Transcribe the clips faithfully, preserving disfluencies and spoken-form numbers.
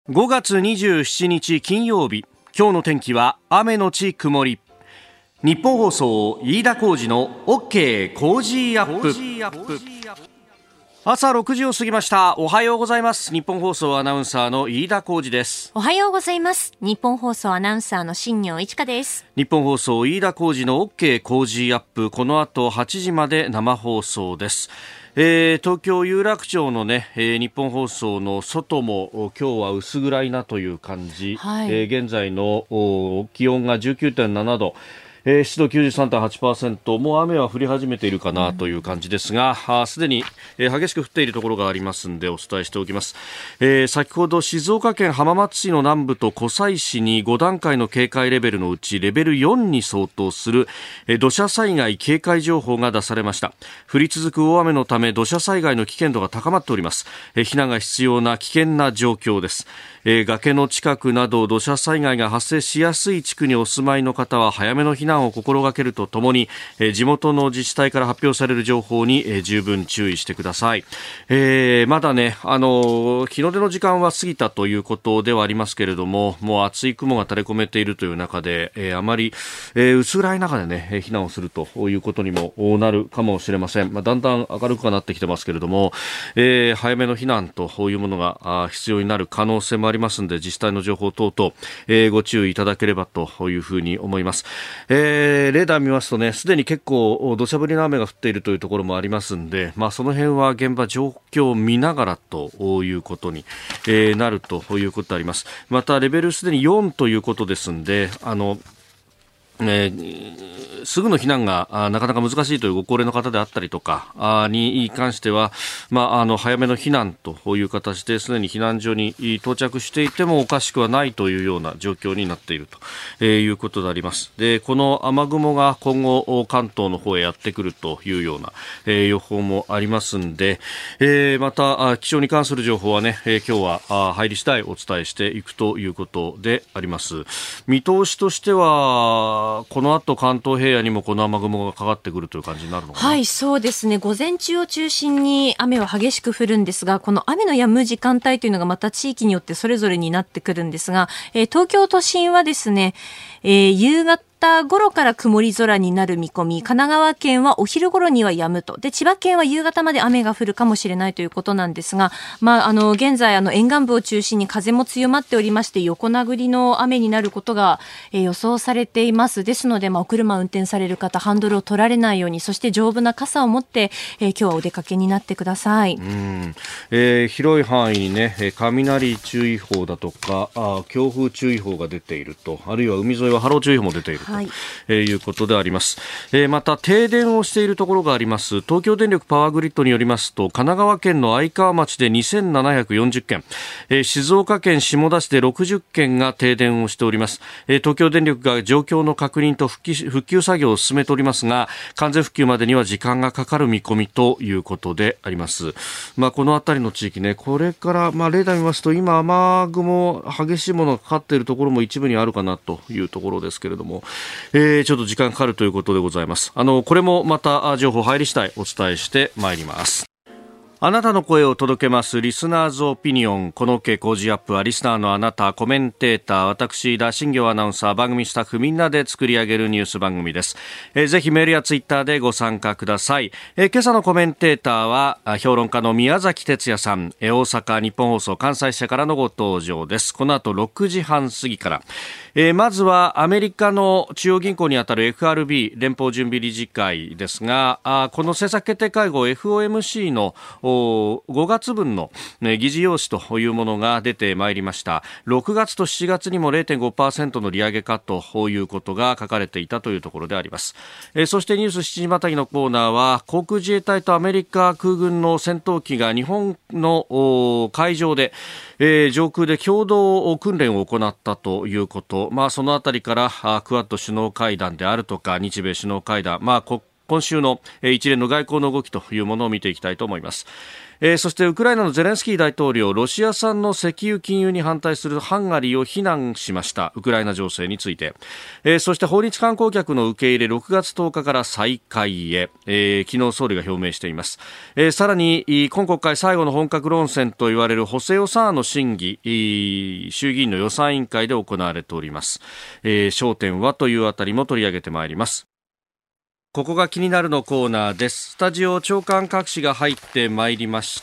ごがつにじゅうしちにち金曜日、今日の天気は雨のち曇り。日本放送飯田浩司の OK コージーアップ。朝ろくじを過ぎました。おはようございます。日本放送アナウンサーの飯田浩司です。 おはようございます。日本放送アナウンサーの新業一華です。 日本放送飯田浩司の OK コージーアップ、この後はちじまで生放送です。えー、東京有楽町のね、えー、日本放送の外も今日は薄暗いなという感じ、はい。えー、現在の気温が じゅうきゅうてんななど、えー、湿度 きゅうじゅうさんてんはちパーセント、 もう雨は降り始めているかなという感じですが、すで、うん、に、えー、激しく降っているところがありますのでお伝えしておきます。えー、先ほど静岡県浜松市の南部と湖西市にごだんかいの警戒レベルのうちレベルよんに相当する、えー、土砂災害警戒情報が出されました。降り続く大雨のため土砂災害の危険度が高まっております。えー、避難が必要な危険な状況です。えー、崖の近くなど土砂災害が発生しやすい地区にお住まいの方は早めの避難を心がけるとともに、えー、地元の自治体から発表される情報に、えー、十分注意してください。えー、まだね、あのー、日の出の時間は過ぎたということではありますけれども、もう厚い雲が垂れ込めているという中で、えー、あまり、えー、薄暗い中でね避難をするということにもなるかもしれません。まあ、だんだん明るくはなってきてますけれども、えー、早めの避難というものが必要になる可能性もありますので、自治体の情報等々、えー、ご注意いただければというふうに思います。えー、レーダー見ますとね、すでに結構土砂降りの雨が降っているというところもありますので、まあ、その辺は現場状況を見ながらということに、えー、なるということであります。またレベルすでによんということですので、あのえー、すぐの避難がなかなか難しいというご高齢の方であったりとかに関しては、まあ、あの早めの避難という形ですでに避難所に到着していてもおかしくはないというような状況になっているということであります。で、この雨雲が今後関東の方へやってくるというような、えー、予報もありますんで、えー、また気象に関する情報はね、えー、今日は入り次第お伝えしていくということであります。見通しとしてはこの後関東平野にもこの雨雲がかかってくるという感じになるのかな。 はい、そうですね。午前中を中心に雨は激しく降るんですが、この雨の止む時間帯というのがまた地域によってそれぞれになってくるんですが、えー、東京都心はですね、えー、夕方頃から曇り空になる見込み、神奈川県はお昼頃には止むと。で、千葉県は夕方まで雨が降るかもしれないということなんですが、まあ、あの、現在、あの、沿岸部を中心に風も強まっておりまして、横殴りの雨になることが、えー、予想されています。ですので、まあ、お車運転される方、ハンドルを取られないように、そして丈夫な傘を持って、えー、今日はお出かけになってください。 うん、えー、広い範囲にね、雷注意報だとか、あ、強風注意報が出ていると、あるいは海沿いは波浪注意報も出ていると。はい、えー、いうことであります。えー、また停電をしているところがあります。東京電力パワーグリッドによりますと、神奈川県の愛川町でにせんななひゃくよんじゅっけん、えー、静岡県下田市でろくじゅっけんが停電をしております。えー、東京電力が状況の確認と復旧、復旧作業を進めておりますが、完全復旧までには時間がかかる見込みということであります。まあ、この辺りの地域ね、これから、まあ、レーダー見ますと今雨雲激しいものがかかっているところも一部にあるかなというところですけれども、えー、ちょっと時間かかるということでございます。あのこれもまた情報入り次第お伝えしてまいります。あなたの声を届けますリスナーズオピニオン。この OK 工事アップはリスナーのあなた、コメンテーター、私田新行アナウンサー、番組スタッフみんなで作り上げるニュース番組です。えー、ぜひメールやツイッターでご参加ください。えー、今朝のコメンテーターは評論家の宮崎哲也さん、えー、大阪日本放送関西支社からのご登場です。この後ろくじはん過ぎから、えー、まずはアメリカの中央銀行にあたる エフアールビー 連邦準備理事会ですが、あこの政策決定会合 エフオーエムシー のごがつぶんの、ね、議事要旨というものが出てまいりました。ろくがつとしちがつにも れいてんごパーセント の利上げかということが書かれていたというところであります。えー、そしてニュースしちじまたぎのコーナーは、航空自衛隊とアメリカ空軍の戦闘機が日本の海上で、えー、上空で共同訓練を行ったということ、まあ、そのあたりからクアッド首脳会談であるとか日米首脳会談、まあ、今週の一連の外交の動きというものを見ていきたいと思います。 えー、そしてウクライナのゼレンスキー大統領、ロシア産の石油禁輸に反対するハンガリーを非難しました。ウクライナ情勢について、えー、そして訪日観光客の受け入れろくがつとおかから再開へ、えー、昨日総理が表明しています。えー、さらに今国会最後の本格論戦と言われる補正予算案の審議、衆議院の予算委員会で行われております。えー、焦点はというあたりも取り上げてまいります。ここが気になるのコーナーです。スタジオ長官各紙が入ってまいりました。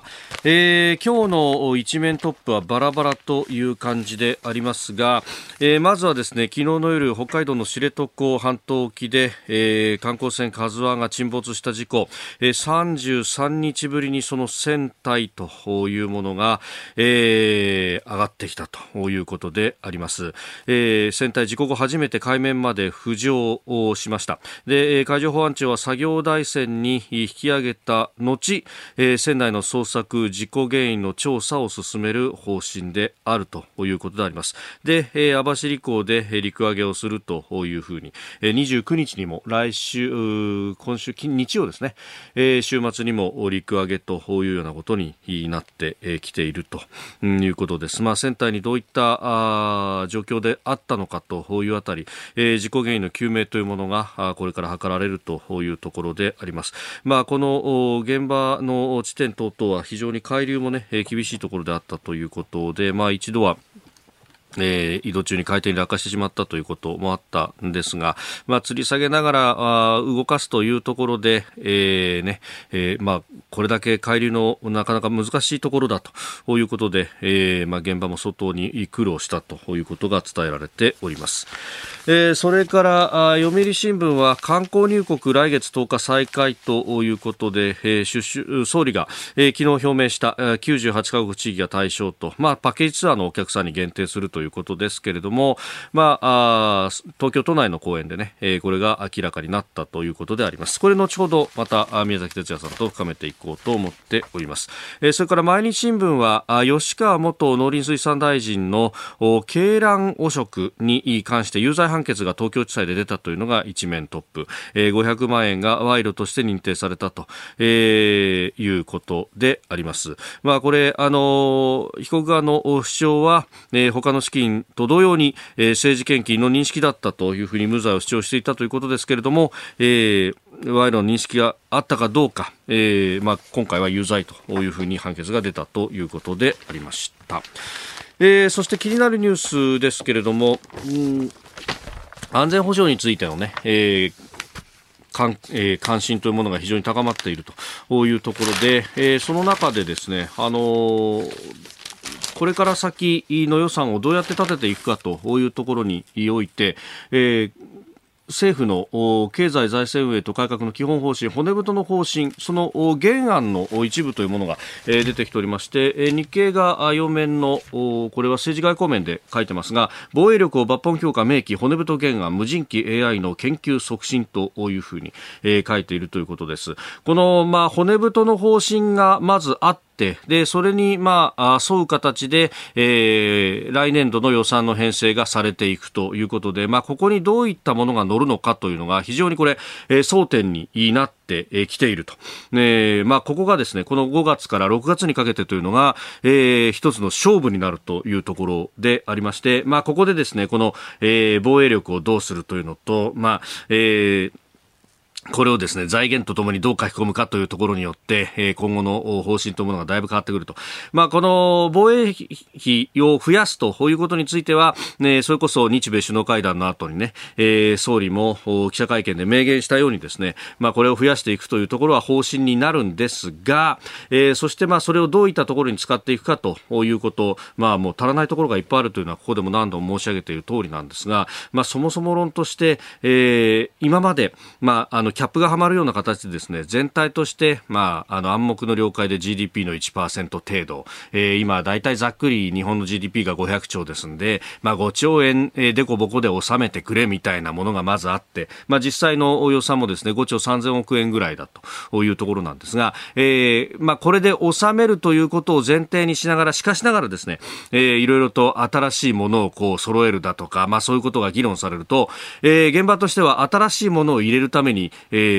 えー、今日の一面トップはバラバラという感じでありますが、えー、まずはですね、昨日の夜北海道の知床半島沖で、えー、観光船カズワンが沈没した事故、えー、さんじゅうさんにちぶりにその船体というものが、えー、上がってきたということであります。えー、船体事故後初めて海面まで浮上しました。で海上保安庁は作業台船に引き上げた後、えー、船内の捜索、事故原因の調査を進める方針であるということであります。で、えー、網走港で陸揚げをするというふうに、えー、にじゅうくにちにも来週、今週日曜ですね、えー、週末にも陸揚げというようなことになってきているということです。まあ、船体にどういったあ状況であったのかというあたり、えー、事故原因の究明というものがこれから図られるというところであります。まあ、この現場の地点等々は非常に海流もね、厳しいところであったということで、まあ、一度はえー、移動中に海底に落下してしまったということもあったんですが、まあ、吊り下げながらあ動かすというところで、えーねえーまあ、これだけ海流のなかなか難しいところだということで、えーまあ、現場も相当に苦労したということが伝えられております。えー、それからあ読売新聞は観光入国来月とおか再開ということで、えー、出首総理が、えー、昨日表明したきゅうじゅうはちカ国地域が対象と、まあ、パッケージツアーのお客さんに限定するとということですけれども、まあ、あ東京都内の公園でね、えー、これが明らかになったということであります。これ後ほどまた宮崎哲也さんと深めていこうと思っております。えー、それから毎日新聞は吉川元農林水産大臣の鶏卵汚職に関して有罪判決が東京地裁で出たというのが一面トップ、えー、ごひゃくまんえんが賄賂として認定されたと、えー、いうことであります。まあ、これあの被告側の主張は、えー、他の資金と同様に、えー、政治献金の認識だったというふうに無罪を主張していたということですけれども、えー、賄賂の認識があったかどうか、えーまあ、今回は有罪というふうに判決が出たということでありました。えー、そして気になるニュースですけれども、うん安全保障についてのね、えー関, えー、関心というものが非常に高まっているというところで、えー、その中でですね、あのーこれから先の予算をどうやって立てていくかというところにおいて、えー政府の経済財政運営と改革の基本方針、骨太の方針、その原案の一部というものが出てきておりまして、日経がよ面のこれは政治外交面で書いてますが、防衛力を抜本強化明記骨太原案無人機 エーアイ の研究促進というふうに書いているということです。この、まあ、骨太の方針がまずあってでそれに、まあ、沿う形で、えー、来年度の予算の編成がされていくということで、まあ、ここにどういったものが乗るのかというのが非常にこれ、えー、争点になってきていると、えーまあ、ここがですねこのごがつからろくがつにかけてというのが、えー、一つの勝負になるというところでありまして、まあ、ここでですねこの、えー、防衛力をどうするというのと、まあえーこれをですね、財源とともにどう書き込むかというところによって、えー、今後の方針というものがだいぶ変わってくると。まあ、この防衛費を増やすということについては、ね、それこそ日米首脳会談の後にね、えー、総理も記者会見で明言したようにですね、まあ、これを増やしていくというところは方針になるんですが、えー、そしてまあ、それをどういったところに使っていくかということ、まあ、もう足らないところがいっぱいあるというのは、ここでも何度も申し上げている通りなんですが、まあ、そもそも論として、えー、今まで、まあ、あの、キャップがはまるような形でですね、全体として、まあ、あの暗黙の了解で ジーディーピー の いちパーセント 程度、えー、今だいたいざっくり日本の ジーディーピー がごひゃくちょうですんで、まあ、ごちょうえん、えー、でこぼこで収めてくれみたいなものがまずあって、まあ、実際の予算もですねごちょうさんぜんおくえんぐらいだというところなんですが、えーまあ、これで収めるということを前提にしながら、しかしながらですね、えー、いろいろと新しいものをこう揃えるだとか、まあ、そういうことが議論されると、えー、現場としては新しいものを入れるために、えー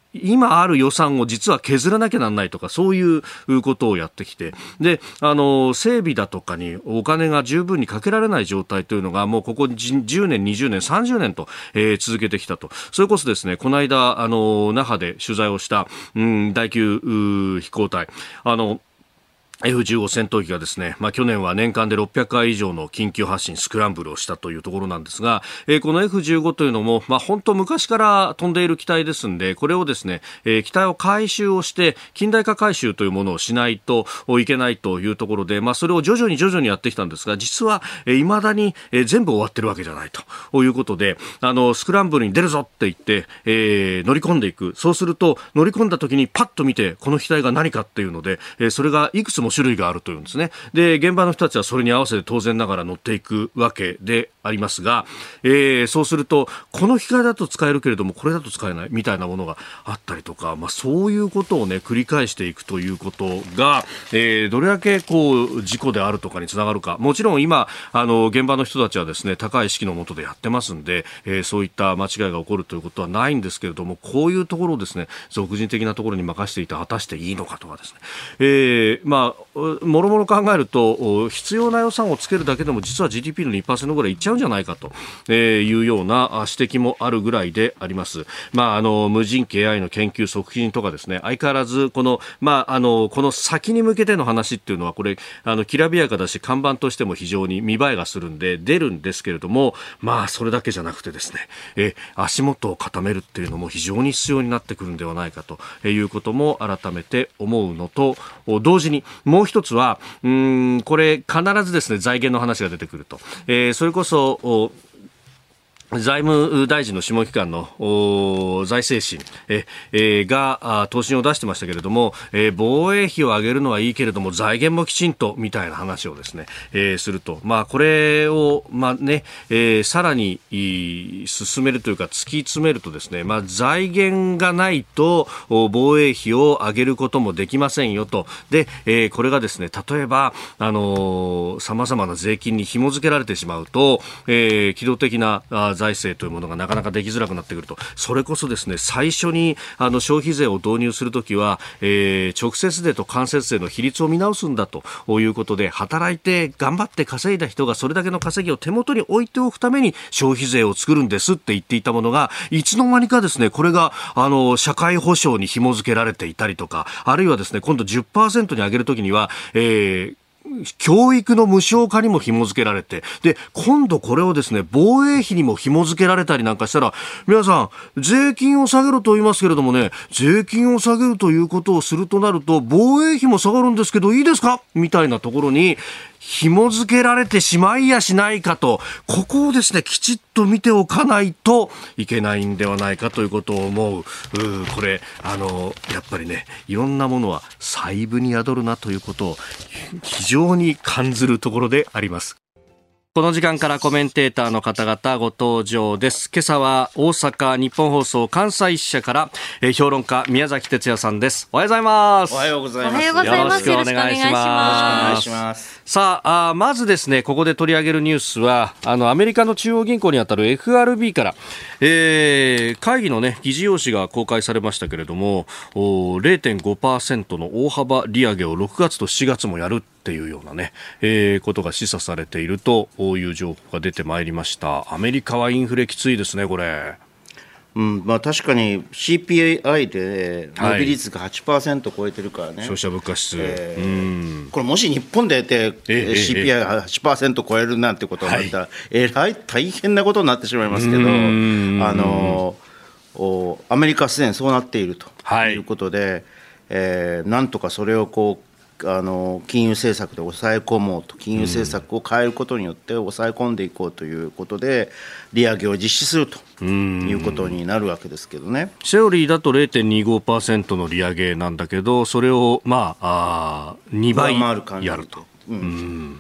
今ある予算を実は削らなきゃなんないとか、そういうことをやってきて、で、あの、整備だとかにお金が十分にかけられない状態というのが、もうここじゅうねん、にじゅうねん、さんじゅうねんと、えー、続けてきたと。それこそですね、この間、あの、那覇で取材をした、うん、第九飛行隊、あの、エフじゅうご 戦闘機がですね、まあ、去年は年間でろっぴゃっかい以上の緊急発進スクランブルをしたというところなんですが、えー、この エフじゅうご というのも、まあ、本当昔から飛んでいる機体ですんで、これをですね、えー、機体を改修をして近代化改修というものをしないといけないというところで、まあ、それを徐々に徐々にやってきたんですが、実は、えー、未だに、えー、全部終わってるわけじゃないということで、あのスクランブルに出るぞって言って、えー、乗り込んでいく。そうすると乗り込んだ時にパッと見てこの機体が何かっていうので、えー、それがいくつも種類があるというんですね。で、現場の人たちはそれに合わせて当然ながら乗っていくわけでありますが、えー、そうするとこの機械だと使えるけれどもこれだと使えないみたいなものがあったりとか、まあ、そういうことをね繰り返していくということが、えー、どれだけこう事故であるとかにつながるか。もちろん今あの現場の人たちはですね高い意識の下でやってますんで、えー、そういった間違いが起こるということはないんですけれども、こういうところをですね俗人的なところに任せていて果たしていいのかとかですね、えー、まあもろもろ考えると必要な予算をつけるだけでも実は ジーディーピー の にパーセント ぐらいいっちゃうんじゃないかというような指摘もあるぐらいであります。まあ、あの無人機 エーアイ の研究促進とかですね、相変わらずこの、まあ、あのこの先に向けての話っていうのはこれあのきらびやかだし看板としても非常に見栄えがするんで出るんですけれども、まあそれだけじゃなくてですね、え足元を固めるっていうのも非常に必要になってくるんではないかということも改めて思うのと同時に、もう一つはうーんこれ必ずですね財源の話が出てくると、えー、それこそ財務大臣の諮問機関の財政審え、えー、が答申を出してましたけれども、えー、防衛費を上げるのはいいけれども財源もきちんとみたいな話をですね、えー、すると、まあ、これを、まあねえー、さらに進めるというか突き詰めるとですね、まあ、財源がないと防衛費を上げることもできませんよと。で、えー、これがですね例えばあのー、様々な税金に紐付けられてしまうと、えー、機動的な財政というものがなかなかできづらくなってくると。それこそですね最初にあの消費税を導入するときは、えー、直接税と間接税の比率を見直すんだということで、働いて頑張って稼いだ人がそれだけの稼ぎを手元に置いておくために消費税を作るんですって言っていたものが、いつの間にかですねこれがあの社会保障に紐付けられていたりとか、あるいはですね今度 じゅっパーセント に上げるときには、えー教育の無償化にも紐付けられて、で今度これをですね防衛費にも紐付けられたりなんかしたら、皆さん税金を下げると言いますけれどもね、税金を下げるということをするとなると防衛費も下がるんですけどいいですかみたいなところに紐付けられてしまいやしないかと、ここをですねきちっと見ておかないといけないんではないかということを思う。うこれあのやっぱりねいろんなものは細部に宿るなということを非常に感じるところであります。この時間からコメンテーターの方々ご登場です。今朝は大阪日本放送関西支社から、えー、評論家宮崎哲也さんです。おはようございます。 おはようございます。 おはようございます。よろしくお願いします。よろしくお願いします。 さあ、あまずですねここで取り上げるニュースはあのアメリカの中央銀行にあたる エフアールビー から、えー、会議のね議事要旨が公開されましたけれども、 れいてんごパーセント の大幅利上げをろくがつとしがつもやるっていうようなね、えー、ことが示唆されているという情報が出てまいりました。アメリカはインフレきついですねこれ。 うんまあ、確かに シーピーアイ で伸び率が はちパーセント 超えてるからね、はい、 消費者物価指数、えー、 うんこれもし日本でて、えー、シーピーアイ が はちパーセント 超えるなんてことになったら、はい、えらい大変なことになってしまいますけど、あのおアメリカはすでにそうなっているということで、はい、えー、なんとかそれをこうあの金融政策で抑え込もうと、金融政策を変えることによって抑え込んでいこうということで利上げを実施するということになるわけですけどね。 セオリーだと れいてんにごパーセント の利上げなんだけど、それを、まあ、あにばいやると、うんうん、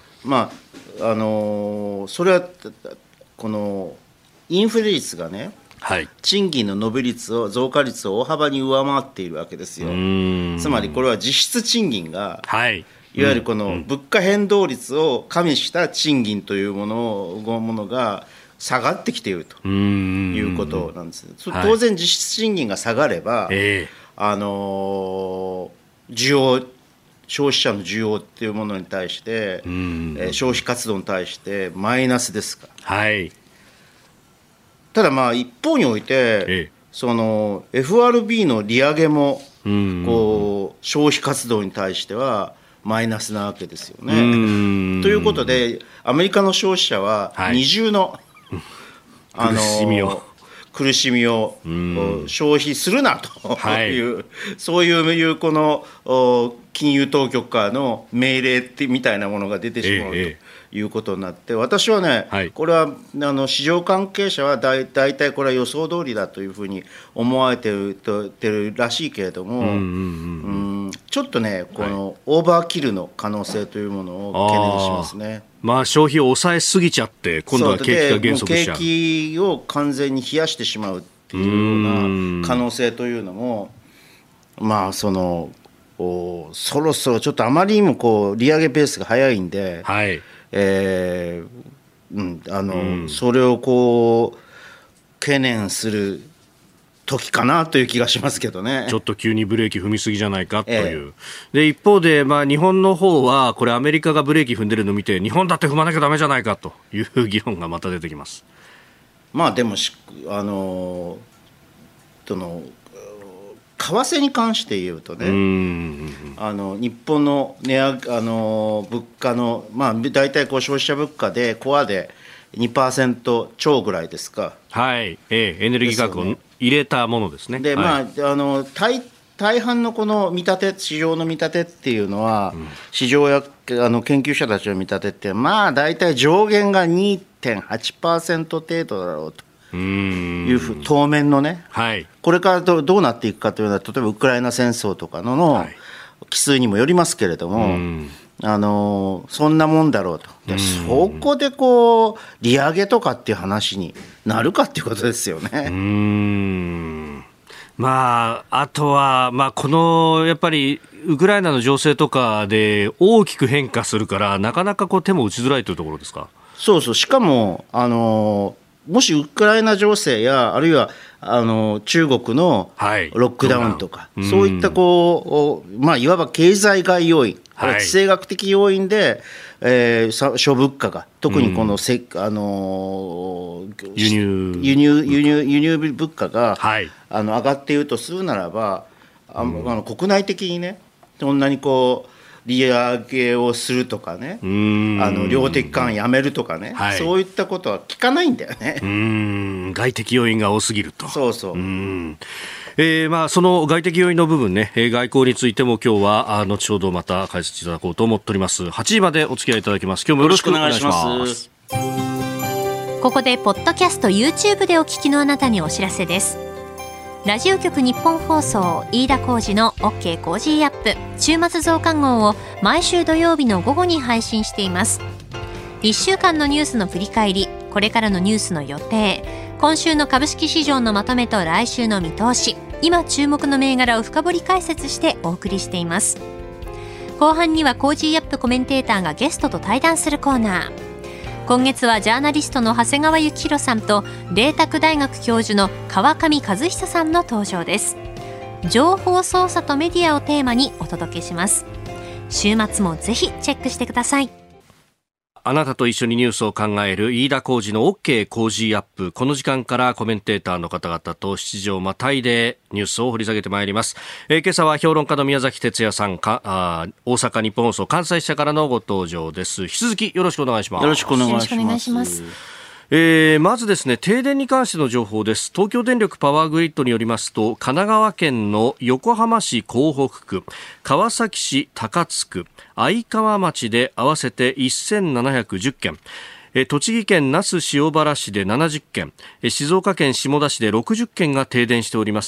まああのー、それはこのインフレ率がね、はい、賃金の伸び率を増加率を大幅に上回っているわけですよ。つまりこれは実質賃金が、はい、いわゆるこの物価変動率を加味した賃金というものをものが下がってきているということなんです。当然実質賃金が下がれば、はい、あの需要消費者の需要っていうものに対して、えー、消費活動に対してマイナスですから、はい、ただまあ一方において、ええ、その エフアールビー の利上げもこう消費活動に対してはマイナスなわけですよね。ということでアメリカの消費者は二重の、はい、あの苦しみを苦しみを消費するなという、はい、そういうこの金融当局からの命令ってみたいなものが出てしまうということになって、私はね、はい、これはあの市場関係者はだいたいこれは予想通りだというふうに思われてるらしいけれども、うんうんうんうん、ちょっとねこのオーバーキルの可能性というものを懸念しますね。 まあ、消費を抑えすぎちゃって今度は景気が減速しちゃう。 景気を完全に冷やしてしまうっていうような可能性というのも、まあそのそろそろちょっとあまりにもこう利上げペースが早いんで、はい、えーうん、あの、うん、それをこう懸念する時かなという気がしますけどね。 ちょっと急にブレーキ踏みすぎじゃないかという、ええ、で一方で、まあ、日本の方はこれアメリカがブレーキ踏んでるのを見て日本だって踏まなきゃダメじゃないかという議論がまた出てきます。 まあでもあのその為替に関して言うとね、うんあの日本の値上げあの物価の、まあ、大体こう消費者物価でコアで にパーセント 超ぐらいですか。 はい、ええ、エネルギー価格を入れたものですね。 で、はい、まあ、あの 大, 大半のこの見立て、市場の見立てっていうのは、うん、市場やあの研究者たちの見立てって、まあ大体上限が にてんはちパーセント 程度だろうと。うーんいうふう当面のね、はい、これからどうなっていくかというのは例えばウクライナ戦争とか の, の奇数にもよりますけれども、あのそんなもんだろうと。でそこでこう利上げとかっていう話になるかっていうことですよね。うーんまあ、あとは、まあ、このやっぱりウクライナの情勢とかで大きく変化するからなかなかこう手も打ちづらいというところですか。 そうそう、しかもあのもしウクライナ情勢やあるいはあの中国のロックダウンとか、はい、そういったこう、まあ、いわば経済外要因、はい、地政学的要因で、えー、諸物価が特にこのせ、うん、あの輸入輸入輸入輸入物価が、はい、あの上がっているとするならば、あの、うん、あの国内的にねそんなにこう利上げをするとかね、あの量的緩和やめるとかね、はい、そういったことは聞かないんだよね。 うーん外的要因が多すぎると。 そうそう。うーん、えーまあ、その外的要因の部分ね、外交についても今日は後ほどまた解説いただこうと思っております。はちじまでお付き合いいただきます。今日もよろしくお願いします。 ここでポッドキャスト YouTube でお聞きのあなたにお知らせです。ラジオ局日本放送飯田浩司の OK コージーアップ週末増刊号を毎週土曜日の午後に配信しています。いっしゅうかんのニュースの振り返り、これからのニュースの予定、今週の株式市場のまとめと来週の見通し、今注目の銘柄を深掘り解説してお送りしています。後半にはコージーアップコメンテーターがゲストと対談するコーナー。今月はジャーナリストの長谷川幸宏さんと麗澤大学教授の川上和久さんの登場です。情報操作とメディアをテーマにお届けします。週末もぜひチェックしてください。 あなたと一緒にニュースを考える飯田浩司の OK コージーアップ。この時間からコメンテーターの方々と七条またいでニュースを掘り下げてまいります。えー、今朝は評論家の宮崎哲也さんかあ大阪日本放送関西支社からのご登場です。引き続きよろしくお願いします。 よろしくお願いします。 えー、まずですね、停電に関しての情報です。東京電力パワーグリッドによりますと、神奈川県の横浜市港北区、川崎市高津区、愛川町で合わせてせんななひゃくじゅっけん、え栃木県那須塩原市でななじゅっけん、静岡県下田市でろくじゅっけんが停電しております。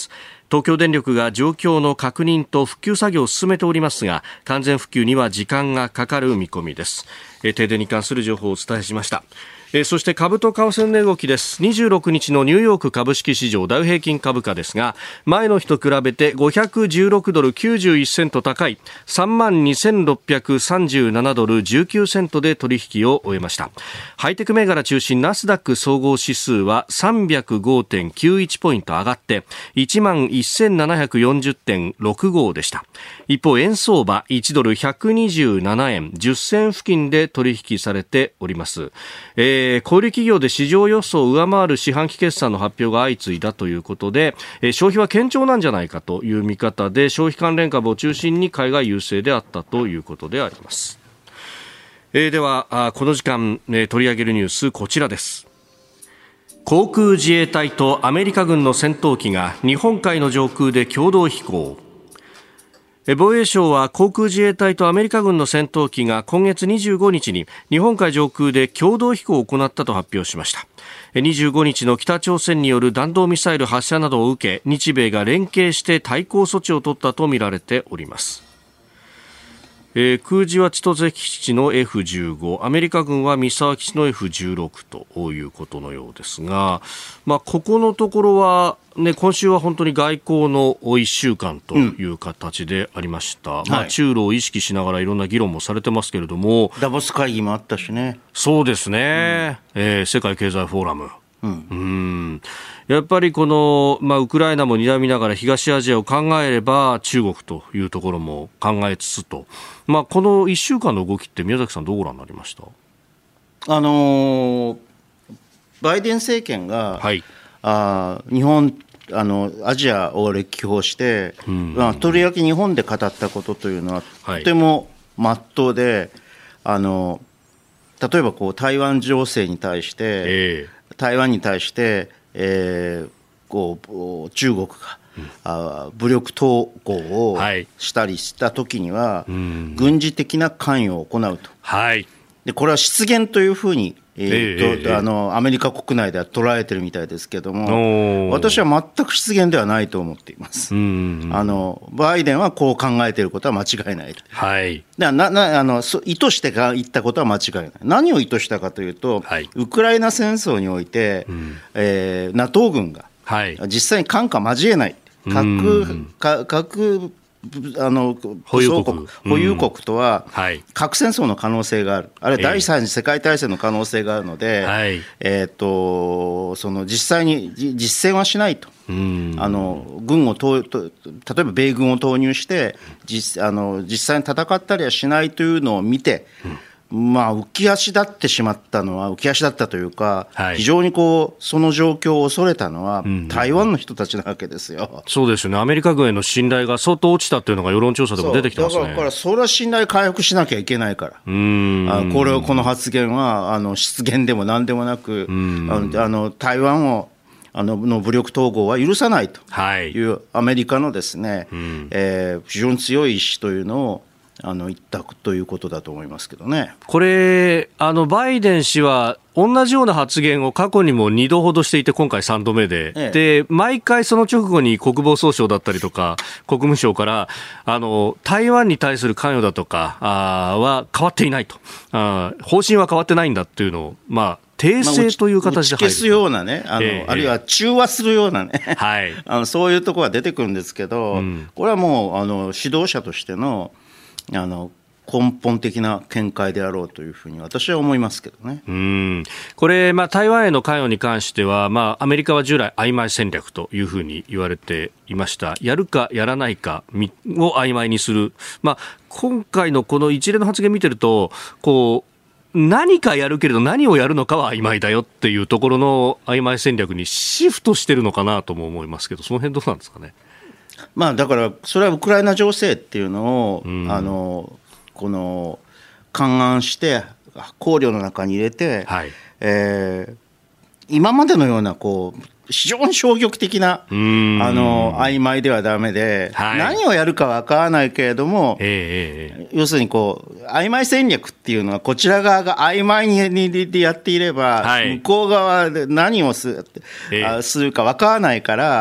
東京電力が状況の確認と復旧作業を進めておりますが、完全復旧には時間がかかる見込みです。え停電に関する情報をお伝えしました。えー、そして株と為替の値動きです。にじゅうろくにちのニューヨーク株式市場ダウ平均株価ですが、前の日と比べてごひゃくじゅうろくドルきゅうじゅういちセント高い さんまんにせんろっぴゃくさんじゅうななドルじゅうきゅうセントで取引を終えました。ハイテク銘柄中心ナスダック総合指数は さんびゃくごてんきゅういち ポイント上がって いちまんせんななひゃくよんじゅってんろくご でした。一方、円相場いちドルひゃくにじゅうななえんじゅっせん付近で取引されております。えー、小売企業で市場予想を上回る四半期決算の発表が相次いだということで、えー、消費は堅調なんじゃないかという見方で、消費関連株を中心に買いが優勢であったということであります。えー、ではあこの時間、えー、取り上げるニュースこちらです。航空自衛隊とアメリカ軍の戦闘機が日本海の上空で共同飛行。防衛省は航空自衛隊とアメリカ軍の戦闘機が今月にじゅうごにちに日本海上空で共同飛行を行ったと発表しました。にじゅうごにちの北朝鮮による弾道ミサイル発射などを受け、日米が連携して対抗措置を取ったとみられております。えー、空自は千歳基地の エフじゅうご、アメリカ軍は三沢基地の エフじゅうろく ということのようですが、まあ、ここのところは、ね、今週は本当に外交のいっしゅうかんという形でありました、うんまあ、中ロを意識しながらいろんな議論もされてますけれども、 ダボス会議もあったしね。 そうですね、うんえー、世界経済フォーラムうん、うんやっぱりこの、まあ、ウクライナも睨みながら東アジアを考えれば中国というところも考えつつと、まあ、このいっしゅうかんの動きって宮崎さんどうご覧になりました？ あのー、バイデン政権が、はい、あ日本あのアジアを歴訪して、うんまあ、とりわけ日本で語ったことというのは、はい、とても真っ当で、あの例えばこう台湾情勢に対して、えー、台湾に対して、えー、こう中国が、うん、あ武力統合をしたりしたときには、はい、軍事的な関与を行うと、はい、でこれは失言というふうにえーとえー、あのアメリカ国内では捉えてるみたいですけども、私は全く失言ではないと思っています。うんうん、あのバイデンはこう考えていることは間違いない、はい、ななあの意図して言ったことは間違いない。何を意図したかというと、はい、ウクライナ戦争において、うんえー、NATO 軍が、はい、実際に艦下交えない核、核、核あの保有国、保有国とは核戦争の可能性がある、あるいは第三次世界大戦の可能性があるので、ええー、とその実際に実践はしないと、あの軍をと例えば米軍を投入して実あの実際に戦ったりはしないというのを見て、まあ、浮き足立ってしまったのは浮き足立ったというか、はい、非常にこうその状況を恐れたのは、うん、台湾の人たちなわけですよ。 そうですよね。アメリカ軍への信頼が相当落ちたというのが世論調査でも出てきてますね。 だからそれは信頼回復しなきゃいけないから、うーんあこれをこの発言はあの失言でも何でもなく、あのあの台湾をあのの武力統合は許さないというアメリカのですね、はいえー、非常に強い意志というのをあの言ったということだと思いますけどね。 これあのバイデン氏は同じような発言を過去にもにどほどしていて、今回さんどめで、ええ、で毎回その直後に国防総省だったりとか国務省からあの台湾に対する関与だとかあは変わっていないと、あ方針は変わってないんだっていうのを、まあ訂正という形で入る、 打ち消すようなね、あの、えー、あるいは中和するようなね、はい、あのそういうところが出てくるんですけど、うん、これはもうあの指導者としてのあの根本的な見解であろうというふうに私は思いますけどね。 うんこれ、まあ、台湾への関与に関しては、まあ、アメリカは従来曖昧戦略というふうに言われていました。やるかやらないかを曖昧にする、まあ、今回のこの一連の発言見てるとこう何かやるけれど何をやるのかは曖昧だよっていうところの曖昧戦略にシフトしてるのかなとも思いますけど、その辺どうなんですかね。 まあ、だからそれはウクライナ情勢っていうのを、うん、あのこの勘案して考慮の中に入れて、はいえー、今までのようなこう非常に消極的なあの曖昧ではダメで、はい、何をやるか分からないけれども、えー、要するにこう曖昧戦略っていうのはこちら側が曖昧にでやっていれば、はい、向こう側で何をする、えー、するか分からないから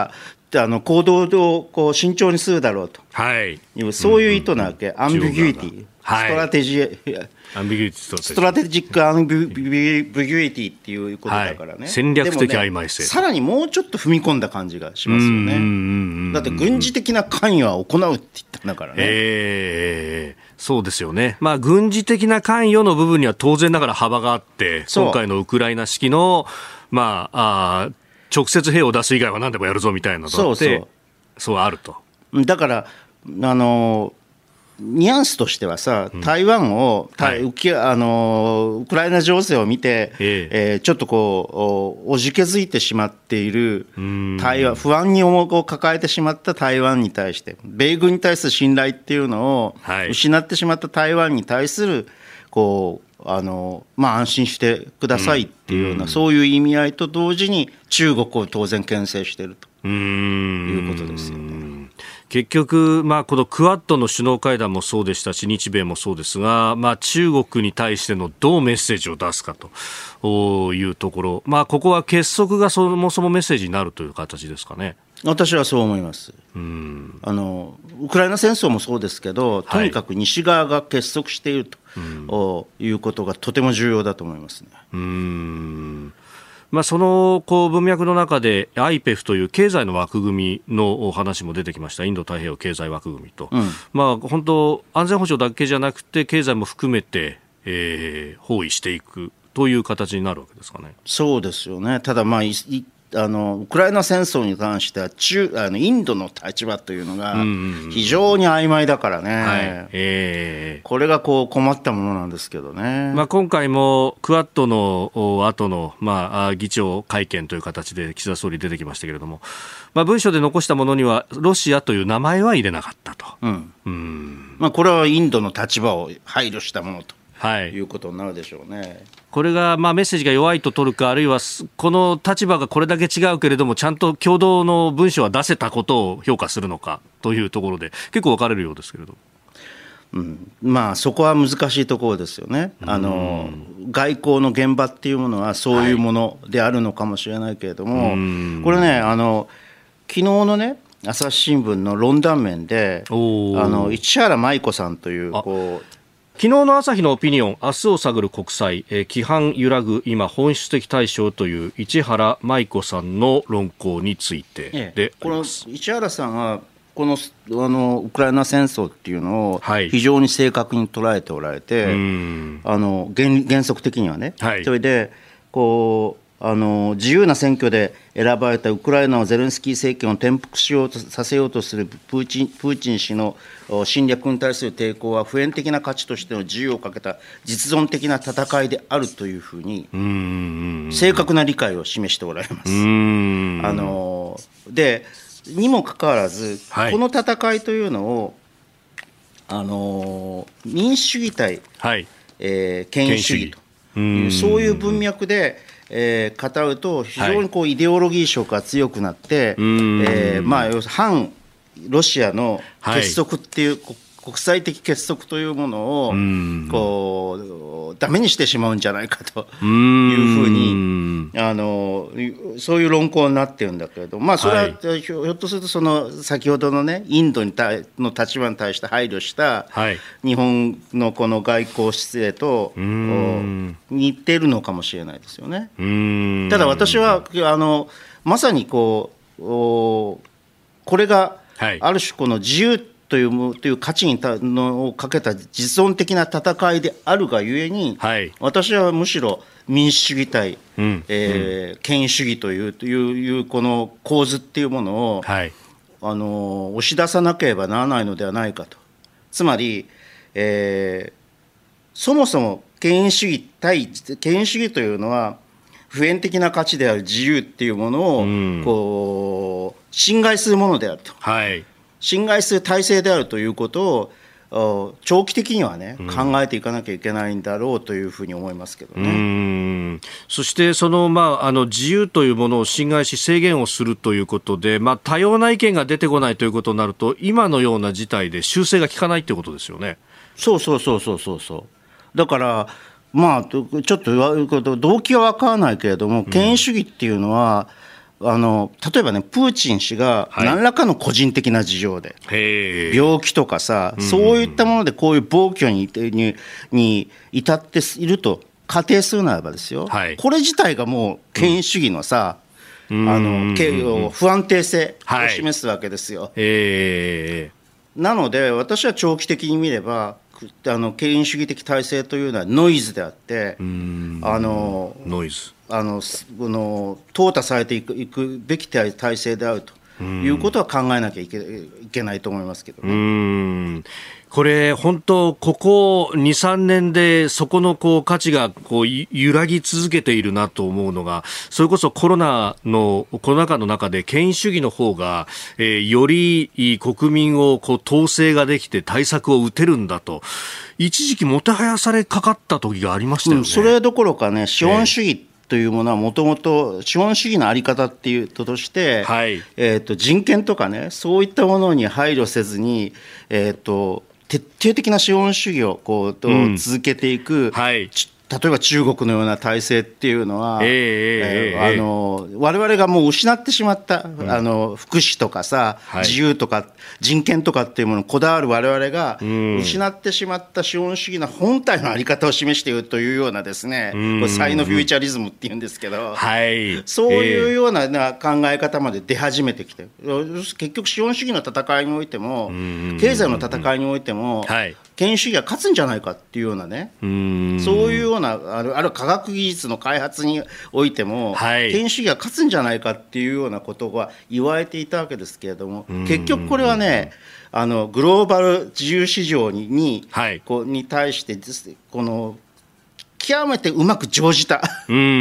あの行動をこう慎重にするだろうとはいいう、そういう意図なわけ、うんうん、アンビギュイティ、 はい、 ストラテジー、 アンビギュイティストラテジックアンビギュイティっていうことだからね、はい、 戦略的曖昧性、 ね、さらにもうちょっと踏み込んだ感じがしますよね。だって軍事的な関与は行うって言ったんだからね。 えー、そうですよね、まあ、軍事的な関与の部分には当然ながら幅があって、今回のウクライナ式の、まあ、あ直接兵を出す以外は何でもやるぞみたいなのってそうそうそうあると。 だからあのニュアンスとしてはさ、台湾を、うんはい、あのウクライナ情勢を見て、えええー、ちょっとこうおじけづいてしまっている台湾、不安にを抱えてしまった台湾に対して、米軍に対する信頼っていうのを失ってしまった台湾に対するこうあのまあ、安心してくださいっていうような、うん、そういう意味合いと同時に中国を当然牽制しているということですよね。 結局、まあ、このクアッドの首脳会談もそうでしたし、日米もそうですが、まあ、中国に対してのどうメッセージを出すかというところ、まあ、ここは結束がそもそもメッセージになるという形ですかね。 私はそう思います。うんあのウクライナ戦争もそうですけど、とにかく西側が結束しているということがとても重要だと思いますね。 うーんまあ、そのこう文脈の中で アイペフ という経済の枠組みの話も出てきました。インド太平洋経済枠組みと、うんまあ、本当安全保障だけじゃなくて経済も含めて、えー、包囲していくという形になるわけですかね。 そうですよね。ただ、まあ、いあのウクライナ戦争に関しては中あのインドの立場というのが非常に曖昧だからね、うんはいえー、これがこう困ったものなんですけどね、 まあ、今回もクアッドの後の、まあ、議長会見という形で岸田総理出てきましたけれども、まあ、文書で残したものにはロシアという名前は入れなかったと、うんうんまあ、これはインドの立場を配慮したものと、はい、いうことになるでしょうね。 これがまあメッセージが弱いと取るか、あるいはこの立場がこれだけ違うけれどもちゃんと共同の文書は出せたことを評価するのかというところで結構分かれるようですけれど、 うんまあ、そこは難しいところですよね。あの外交の現場っていうものはそういうものであるのかもしれないけれども、はい、これねあの昨日のね朝日新聞の論壇面であの市原舞子さんというこう昨日の朝日のオピニオン、明日を探る国際、えー、規範揺らぐ今本質的対象という市原舞子さんの論考についてであります。 この市原さんはこのあのウクライナ戦争っていうのを非常に正確に捉えておられて、はい、あの 原, 原則的にはね、はい、それでこうあの自由な選挙で選ばれたウクライナのゼレンスキー政権を転覆しようとさせようとするプーチン、プーチン氏の侵略に対する抵抗は普遍的な価値としての自由をかけた実存的な戦いであるというふうに正確な理解を示しておられます。あのでにもかかわらず、はい、この戦いというのをあの民主主義対、はいえー、権威主義というそういう文脈でえー、語ると非常にこうイデオロギー色が強くなって、はいえーまあ、要するに反ロシアの結束っていう、はい、国際的結束というものをこうダメにしてしまうんじゃないかというふうにあのそういう論考になっているんだけれど、まあ、それは、はい、ひょっとするとその先ほどの、ね、インドに対の立場に対して配慮した日本のこの外交姿勢と似ているのかもしれないですよね。ただ私はあのまさにこうこれがある種この自由という、という価値にたのをかけた実存的な戦いであるがゆえに、はい、私はむしろ民主主義対、うんえーうん、権威主義という、といういうこの構図っていうものを、はい、あの押し出さなければならないのではないかと。つまり、えー、そもそも権威主義対権威主義というのは普遍的な価値である自由っていうものを、うん、こう侵害するものであると。はい侵害する体制であるということを長期的には、ね、考えていかなきゃいけないんだろうというふうに思いますけどね。うーんそしてその、まあ、あの自由というものを侵害し制限をするということで、まあ、多様な意見が出てこないということになると今のような事態で修正が効かないということですよね。 そうそうそうそうそうそうだからまあちょっと動機は分からないけれども権威主義っていうのは、 あの例えばね、プーチン氏が何らかの個人的な事情で、はい、病気とかさ、そういったものでこういう暴挙に、に、に至っていると仮定するならばですよ、はい、これ自体がもう権威主義のさ、うん、あの不安定性を示すわけですよ。はい、えー、なので私は長期的に見ればあの権威主義的体制というのはノイズであって、あのノイズあのの淘汰されていく、いくべき体制であるということは考えなきゃいけ、いけないと思いますけどね。うーん、 これ本当ここ に,さん 年でそこのこう価値がこう揺らぎ続けているなと思うのが、それこそコロナのコロナ禍の中で権威主義の方が、えー、より国民をこう統制ができて対策を打てるんだと一時期もてはやされかかった時がありましたよね。うん、 それどころかね、資本主義、えーというものはもともと資本主義の在り方っていうとして、はい、えー、と人権とかね、そういったものに配慮せずに、えー、と徹底的な資本主義をこうと続けていく、うん、はい、例えば中国のような体制っていうのは、えーえー、あの我々がもう失ってしまった、うん、あの福祉とかさ、はい、自由とか人権とかっていうものにこだわる我々が失ってしまった資本主義の本体の在り方を示しているというようなですね、うん、これサイノフューチャリズムっていうんですけど、はい、そういうような、な考え方まで出始めてきて、結局資本主義の戦いにおいても経済の戦いにおいても、はい、権威主義が勝つんじゃないかっていうようなね、うーん、そういうようなある、ある科学技術の開発においても、はい、権威主義が勝つんじゃないかっていうようなことが言われていたわけですけれども、結局これはね、あのグローバル自由市場に、に、はい、こうに対してこの極めてうまく乗じたうんうんうん、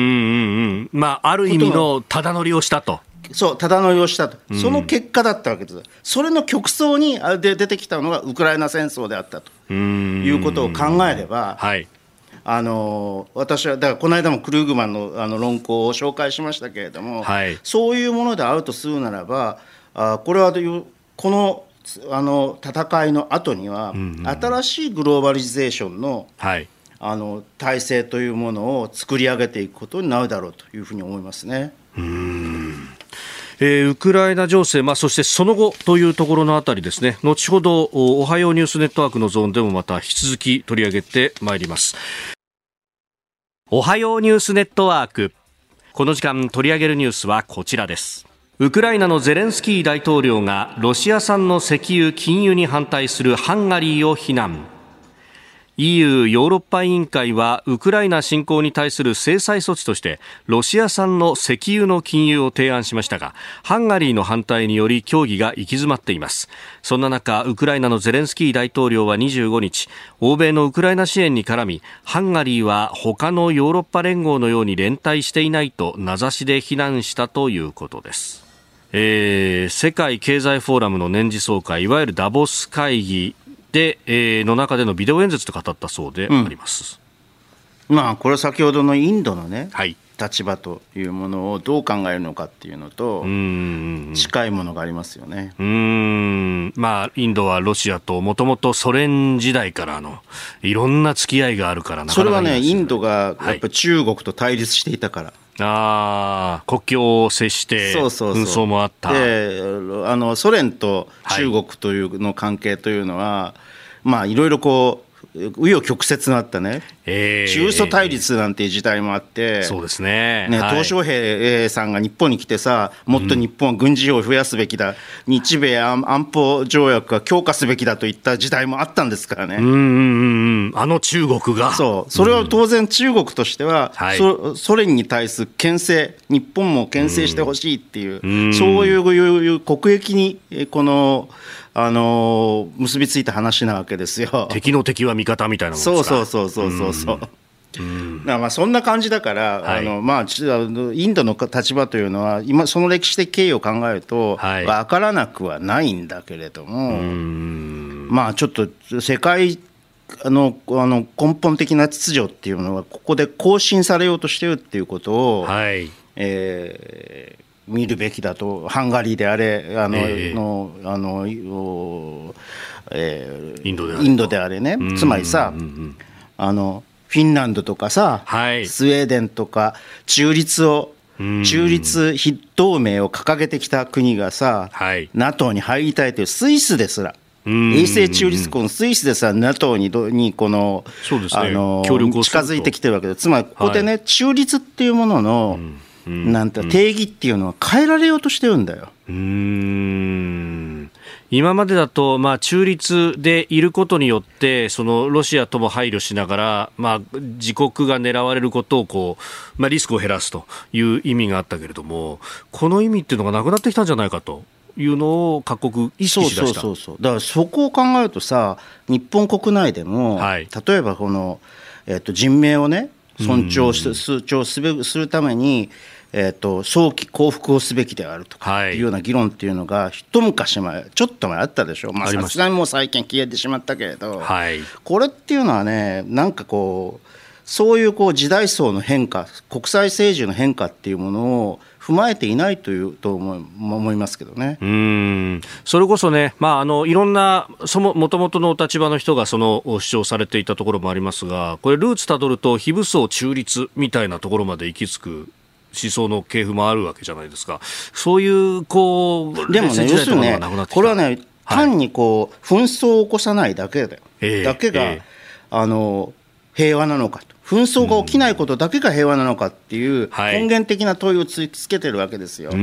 まあ、ある意味のただ乗りをしたと。 そう、ただ乗りをしたと、その結果だったわけです。それの極層にで出てきたのがウクライナ戦争であったということを考えれば、はい、あの私はだからこの間もクルーグマン の, あの論考を紹介しましたけれども、はい、そういうものであるとするならば、あこれはこのあの戦いの後には、うんうん、新しいグローバリゼーションの、はい、あの体制というものを作り上げていくことになるだろうというふうに思いますね。 うーん、えー、ウクライナ情勢、まあ、そしてその後というところのあたりですね、後ほどおはようニュースネットワークのゾーンでもまた引き続き取り上げてまいります。おはようニュースネットワーク、この時間取り上げるニュースはこちらです。ウクライナのゼレンスキー大統領がロシア産の石油禁輸に反対するハンガリーを非難。イーユー ヨーロッパ委員会はウクライナ侵攻に対する制裁措置としてロシア産の石油の禁輸を提案しましたが、ハンガリーの反対により協議が行き詰まっています。そんな中、ウクライナのゼレンスキー大統領はにじゅうごにち、欧米のウクライナ支援に絡み、ハンガリーは他のヨーロッパ連合のように連帯していないと名指しで非難したということです。えー、世界経済フォーラムの年次総会、いわゆるダボス会議で、えー、の中でのビデオ演説で語ったそうであります、 うん、まあ、これは先ほどのインドのね、はい、立場というものをどう考えるのかっていうのと近いものがありますよね。 うーん、まあ、インドはロシアともともとソ連時代からのいろんな付き合いがあるからなかなかいいですよね。 それはね、インドがやっぱ中国と対立していたから、はい、 あ国境を接して紛争もあった。 で、あのソ連と中国というの関係というのは、はい、まあ、いろいろこう紆余曲折のあったね、えー、中ソ対立なんていう時代もあって、 そうですね、 ね、はい、鄧小平さんが日本に来てさ、もっと日本は軍事費を増やすべきだ、うん、日米安保条約は強化すべきだといった時代もあったんですからね。 うんうんうん、あの中国が、 そう、それは当然中国としては、うん、そソ連に対する牽制、日本も牽制してほしいっていう、うん、そういう国益にこのあの結びついた話なわけですよ。 敵の敵は味方みたいなものですか。 そうそうそうそうそう、うん、だからまあそんな感じだから、はい、あのまあ、インドの立場というのは今その歴史的経緯を考えると分からなくはないんだけれども、はい、まあちょっと世界あのあの根本的な秩序っていうのはここで更新されようとしているっていうことを、はい、えー見るべきだと。ハンガリーであれ、あの、えー、のあの、えー、インドであれ、インドであれね、つまりさ、うんうん、あのフィンランドとかさ、はい、スウェーデンとか中立を中立非同盟を掲げてきた国がさ、 はい、 NATO に入りたいというスイスですら、永世中立国のスイスですら NATO にどにこの、 そうですね、 あの協力をすると近づいてきてるわけで、つまりここでね、はい、中立っていうものの、うん、なんて定義っていうのは変えられようとしてるんだよ。 うーん、今までだと、まあ、中立でいることによってそのロシアとも配慮しながら、まあ、自国が狙われることをこう、まあ、リスクを減らすという意味があったけれども、この意味っていうのがなくなってきたんじゃないかというのを各国意識しだした。 そうそうそうそう。だからそこを考えるとさ、日本国内でも、はい、例えばこの、えー、と人命をね尊重す尊重すべするために、えー、と早期降伏をすべきであるとかいうような議論っていうのが一昔前ちょっと前あったでしょ。まあさすがにもう最近消えてしまったけれど、はい、これっていうのはね、なんかこうそういうこう時代層の変化、国際政治の変化っていうものを踏まえていないというと思い、思いますけどね。 うーん、それこそね、まあ、あのいろんなそもともとのお立場の人がその主張されていたところもありますが、これルーツたどると非武装中立みたいなところまで行き着く思想の系譜もあるわけじゃないですか。そういうこうでもね、要するにね、これはね、単にこう紛争を起こさないだけだよ、 えー、 だけが、 えー、 あの平和なのかと、紛争が起きないことだけが平和なのかっていう根源的な問いを突きつけてるわけですよ、はい、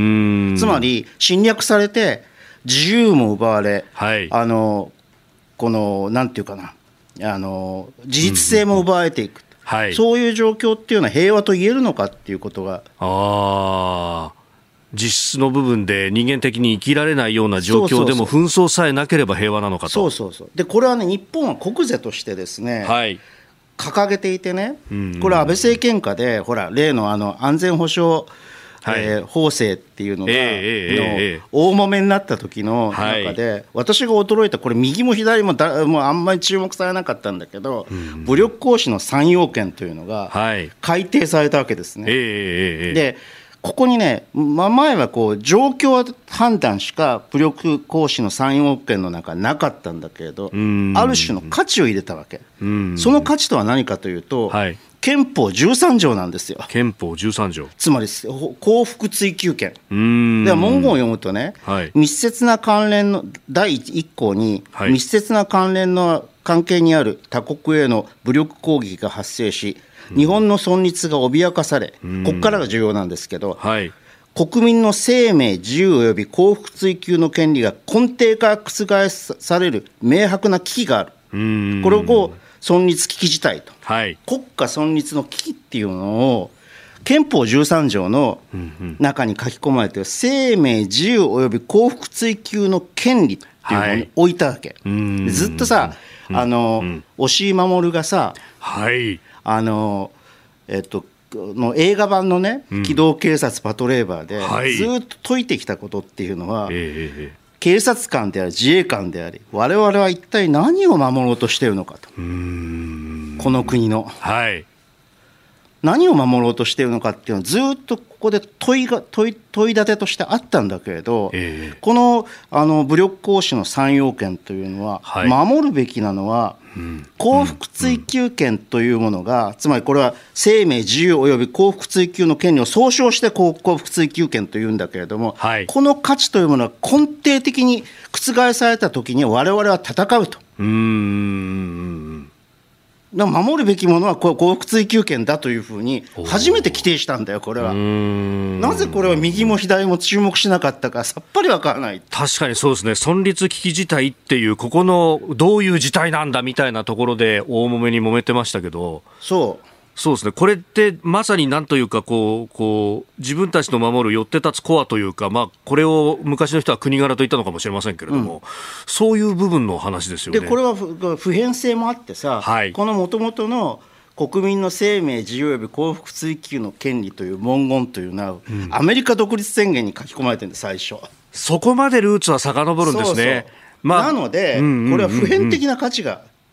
つまり侵略されて自由も奪われ、はい、あのこのなんていうかな、あの自立性も奪われていく、はい、そういう状況っていうのは平和と言えるのかっていうことが、 あ実質の部分で人間的に生きられないような状況でも紛争さえなければ平和なのかと。 そうそうそう。でこれはね、日本は国是としてですね、はい、掲げていてね、これは安倍政権下でほら例のあの安全保障、はい、えー、法制っていうのが、えー、の大揉めになった時の中で、はい、私が驚いた、これ右も左もだもうあんまり注目されなかったんだけど、うん、武力行使のさん要件というのが改定されたわけですね、はい、えー、でここにね、まあ、前はこう状況判断しか武力行使のさん要件の中になかったんだけれど、ある種の価値を入れたわけ。その価値とは何かというと、はい、憲法じゅうさん条なんですよ。 憲法じゅうさん条、 つまり幸福追求権。では文言を読むとね、はい、密接な関連のだいいっ項に、はい、密接な関連の関係にある他国への武力攻撃が発生し、日本の存立が脅かされ、ここからが重要なんですけど、はい、国民の生命、自由及び幸福追求の権利が根底から覆される明白な危機がある。これを存立危機事態と、はい、国家存立の危機っていうのを憲法じゅうさん条の中に書き込まれている生命、自由及び幸福追求の権利っていうのに置いたわけ、はい、ずっとさ、あの押井守がさ、はい、あのえっとの映画版のね、機動警察パトレーバーで、はい、ずっと解いてきたことっていうのは、えー、警察官であり自衛官であり我々は一体何を守ろうとしているのかと、うーん、この国の、はい、何を守ろうとしているのかっていうのはずっとここで問いが問い、問い立てとしてあったんだけれど、えー、この、あの武力行使のさん要件というのは、はい、守るべきなのは、うん、幸福追求権というものが、うん、つまりこれは生命、自由及び幸福追求の権利を総称して幸福追求権というんだけれども、はい、この価値というものが根底的に覆されたときに我々は戦うと。うーん、守るべきものは幸福追求権だというふうに初めて規定したんだよ、これは。なぜこれは右も左も注目しなかったかさっぱりわからない。 確かにそうですね。存立危機事態っていうここのどういう事態なんだみたいなところで大揉めに揉めてましたけど、 そうそうですね。これってまさになんというかこうこう自分たちの守るよって立つコアというか、まあ、これを昔の人は国柄と言ったのかもしれませんけれども、うん、そういう部分の話ですよね。 でこれは普遍性もあってさ、はい、この元々の国民の生命、自由及び幸福追求の権利という文言というのは、うん、アメリカ独立宣言に書き込まれてるんです、最初。 そこまでルーツは遡るんですね。 そうそう、まあ、なので、うんうんうんうん、これは普遍的な価値が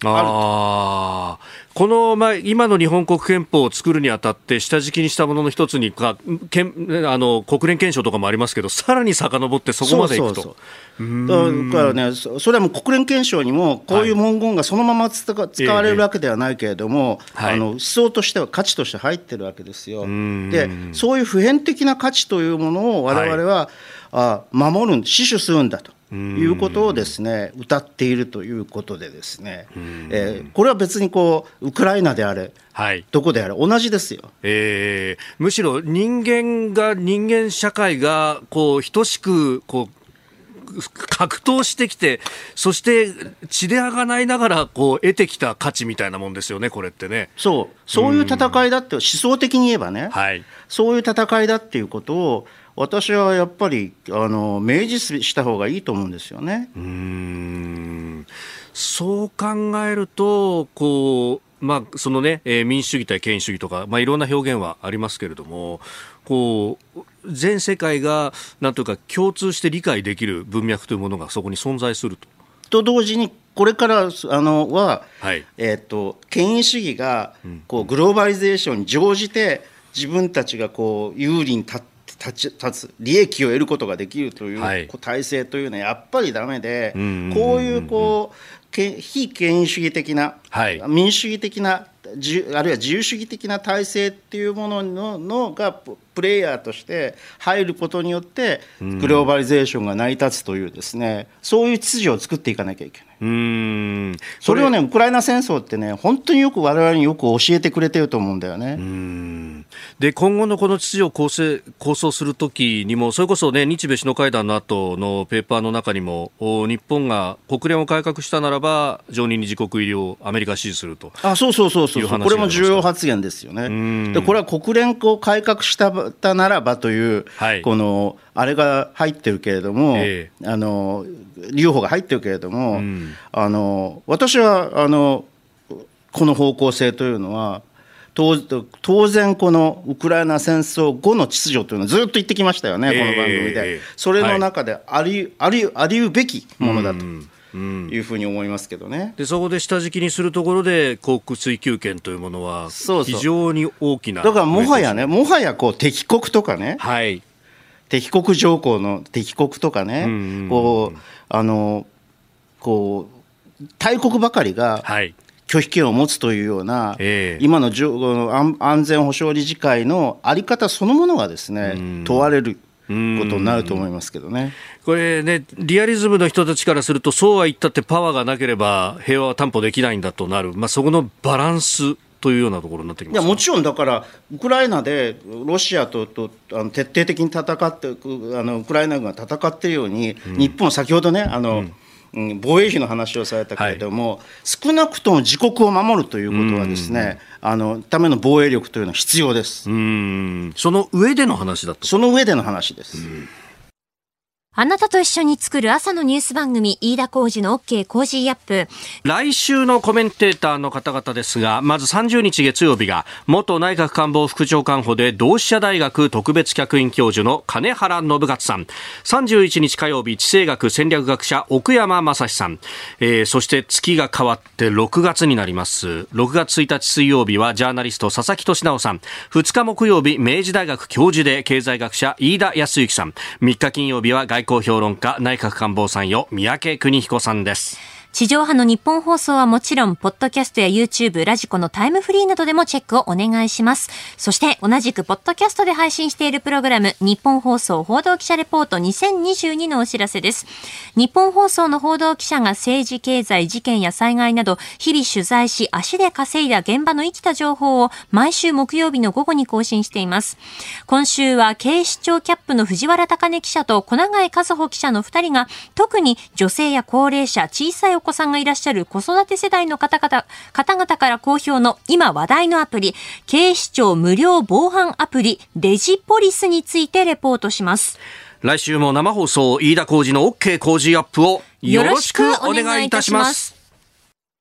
あこの、まあ、今の日本国憲法を作るにあたって下敷きにしたものの一つにかけんあの国連憲章とかもありますけど、さらに遡ってそこまでいくと。 そうそうそうだからね、それはもう国連憲章にもこういう文言がそのまま使われるわけではないけれども、はい、あの思想としては価値として入ってるわけですよ。でそういう普遍的な価値というものを我々は、はい、あ守る死守するんだということをですね歌っているということでですね、えー、これは別にこうウクライナであれ、はい、どこであれ同じですよ、 えー、むしろ人間が人間社会がこう等しくこう格闘してきて、そして血であがないながらこう得てきた価値みたいなもんですよね、これってね。 そうそういう戦いだって、思想的に言えばね、はい、そういう戦いだっていうことを私はやっぱりあの明示した方がいいと思うんですよね。 うーん、そう考えるとこう、まあそのね、えー、民主主義対権威主義とか、まあ、いろんな表現はありますけれども、こう全世界がなんというか共通して理解できる文脈というものがそこに存在すると。 と同時にこれからあのは、はいえー、と権威主義がこうグローバリゼーションに乗じて自分たちがこう有利に立って立ち立つ利益を得ることができるという、はい、体制というのはやっぱりダメで、こういうこう非権威主義的な、はい、民主主義的なあるいは自由主義的な体制っていうもの の, のがプレイヤーとして入ることによってグローバリゼーションが成り立つというですね、そういう秩序を作っていかなきゃいけない。うーん そ, それをねウクライナ戦争ってね本当によく我々によく教えてくれてると思うんだよね。うーんで今後のこの秩序を構成構想するときにもそれこそね日米首脳会談の後のペーパーの中にも日本が国連を改革したならば常任理事国入りをアメリカ支持すると。 あそうそうそうそうこれも重要発言ですよね。でこれは国連を改革したならばという、はい、このあれが入ってるけれども、えー、あの留保が入ってるけれども、うん、あの私はあのこの方向性というのは当, 当然このウクライナ戦争後の秩序というのをずっと言ってきましたよね、えー、この番組で。それの中であり、はい、あり、ありうべきものだと。うんいうふうに思いますけどね。 でそこで下敷きにするところで航空追求権というものは非常に大きな。 そうそうだからもはやねもはやこう敵国とかね、はい、敵国条項の敵国とかね、うんうんうん、こうあのこう大国ばかりが拒否権を持つというような、はい、今の安全保障理事会の在り方そのものがですね、うん、問われることになると思いますけどね。 これねリアリズムの人たちからするとそうは言ったってパワーがなければ平和は担保できないんだとなる、まあ、そこのバランスというようなところになってきますか。 いやもちろんだからウクライナでロシアととあの徹底的に戦ってあのウクライナ軍が戦っているように、うん、日本先ほどねあの、うんうん、防衛費の話をされたけれども、はい、少なくとも自国を守るということはですね、あのための防衛力というのは必要です。 うーんその上での話だと。 その上での話です。うんあなたと一緒に作る朝のニュース番組飯田浩司の OK コージーアップ。 来週のコメンテーターの方々ですが、まずさんじゅうにち月曜日が元内閣官房副長官補で同志社大学特別客員教授の金原信勝さん、さんじゅういちにち火曜日地政学戦略学者奥山正史さん、えー、そして月が変わってろくがつになります。ろくがつついたち水曜日はジャーナリスト佐々木俊直さん、ふつか木曜日明治大学教授で経済学者飯田康之さん、みっか金曜日は外交評論家内閣官房参与三宅邦彦さんです。 地上波の日本放送はもちろん、ポッドキャストや YouTube、ラジコのタイムフリーなどでもチェックをお願いします。そして、同じくポッドキャストで配信しているプログラム、日本放送報道記者レポートにせんにじゅうにのお知らせです。日本放送の報道記者が政治、経済、事件や災害など、日々取材し、足で稼いだ現場の生きた情報を毎週木曜日の午後に更新しています。今週は、警視庁キャップの藤原貴根記者と小永井和穂記者のふたりが、特に女性や高齢者、小さいお子さんがいらっしゃる子育て世代の方々、方々から好評の今話題のアプリ、警視庁無料防犯アプリデジポリスについてレポートします。 来週も生放送飯田浩司の OK 工事アップをよろしくお願いいたします。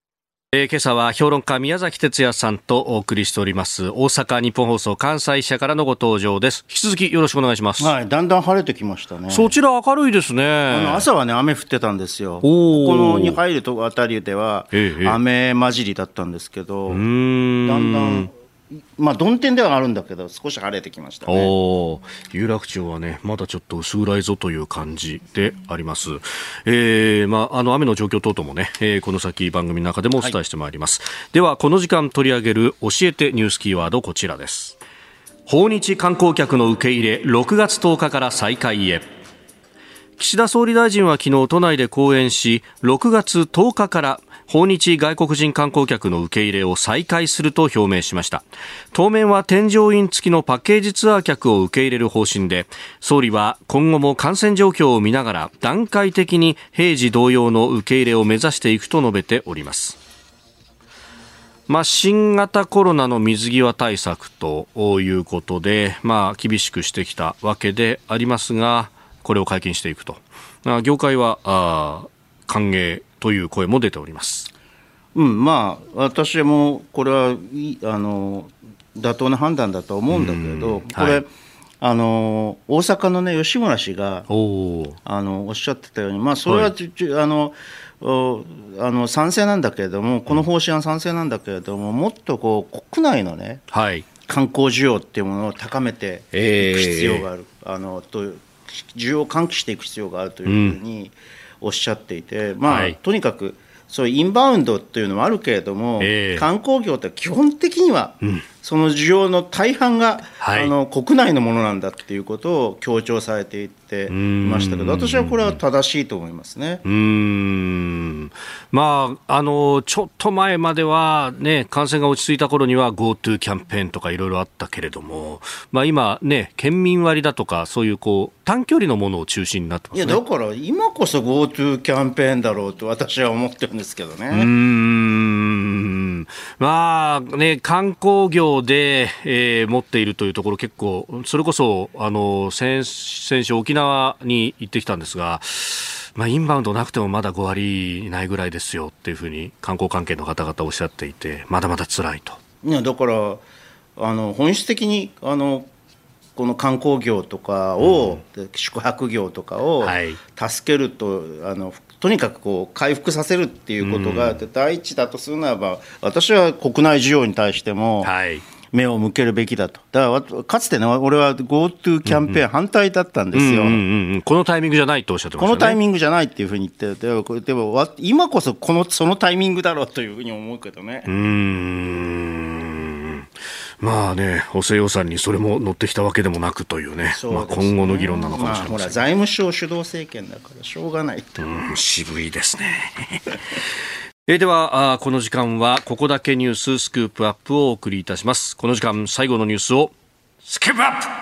えー、今朝は評論家宮崎哲也さんとお送りしております大阪日本放送関西支社からのご登場です。引き続きよろしくお願いします。 はい、だんだん晴れてきましたね。 そちら明るいですね。 あの朝はね雨降ってたんですよ。ここに入るとあたりでは雨混じりだったんですけど、うーんだんだんまあ曇天ではあるんだけど少し晴れてきましたね。 お有楽町はねまだちょっと薄暗いぞという感じであります。えーまあ、あの雨の状況等々もね、えー、この先番組の中でもお伝えしてまいります、はい、ではこの時間取り上げる教えてニュースキーワードこちらです。訪日観光客の受け入れろくがつとおかから再開へ。岸田総理大臣は昨日都内で講演しろくがつとおかから訪日外国人観光客の受け入れを再開すると表明しました。当面は添乗員付きのパッケージツアー客を受け入れる方針で、総理は今後も感染状況を見ながら段階的に平時同様の受け入れを目指していくと述べております。まあ、新型コロナの水際対策ということで、まあ、厳しくしてきたわけでありますが、これを解禁していくと、業界はあ歓迎という声も出ております。 うん、まあ私もこれはいあの妥当な判断だと思うんだけど、これ、はい、あの大阪のね吉村氏がおあのおっしゃってたように、まあそれは、はい、あのあの賛成なんだけれども、この方針は賛成なんだけれども、もっとこう国内のね、はい、観光需要っていうものを高めていく必要がある、えー、あのと需要を喚起していく必要があるというふうにおっしゃっていて、まあはい、とにかくそういうインバウンドっていうのもあるけれども、えー、観光業って基本的には、うん、その需要の大半が、はい、あの国内のものなんだっていうことを強調されていっていましたけど、私はこれは正しいと思いますね。 うーん、まあ、あのちょっと前までは、ね、感染が落ち着いた頃には GoTo キャンペーンとかいろいろあったけれども、まあ、今、ね、県民割だとかそういう、こう短距離のものを中心になってますね。 いやだから今こそ GoTo キャンペーンだろうと私は思ってるんですけどね。 うーん、まあね、観光業で、えー、持っているというところ結構それこそあの 先, 先週沖縄に行ってきたんですが、まあ、インバウンドなくてもまだごわりないぐらいですよっていうふうに観光関係の方々おっしゃっていて、まだまだ辛いと。 いやだからあの本質的にあのこの観光業とかを、うん、宿泊業とかを助けると、はい、あのとにかくこう回復させるっていうことが第一だとするならば、うん、私は国内需要に対しても目を向けるべきだと。だからかつてね俺は GoTo キャンペーン反対だったんですよ、うんうんうん、このタイミングじゃないとおっしゃってましたね。 このタイミングじゃないっていうふうに言ってででも今こそこのそのタイミングだろうというふうに思うけどね。 うーん、まあね、補正予算にそれも乗ってきたわけでもなくというね、まあ、今後の議論なのかもしれません、まあ、ほら財務省主導政権だからしょうがないと。 うん、渋いですねえではこの時間はここだけニューススクープアップをお送りいたします。この時間最後のニュースをスクープアップ。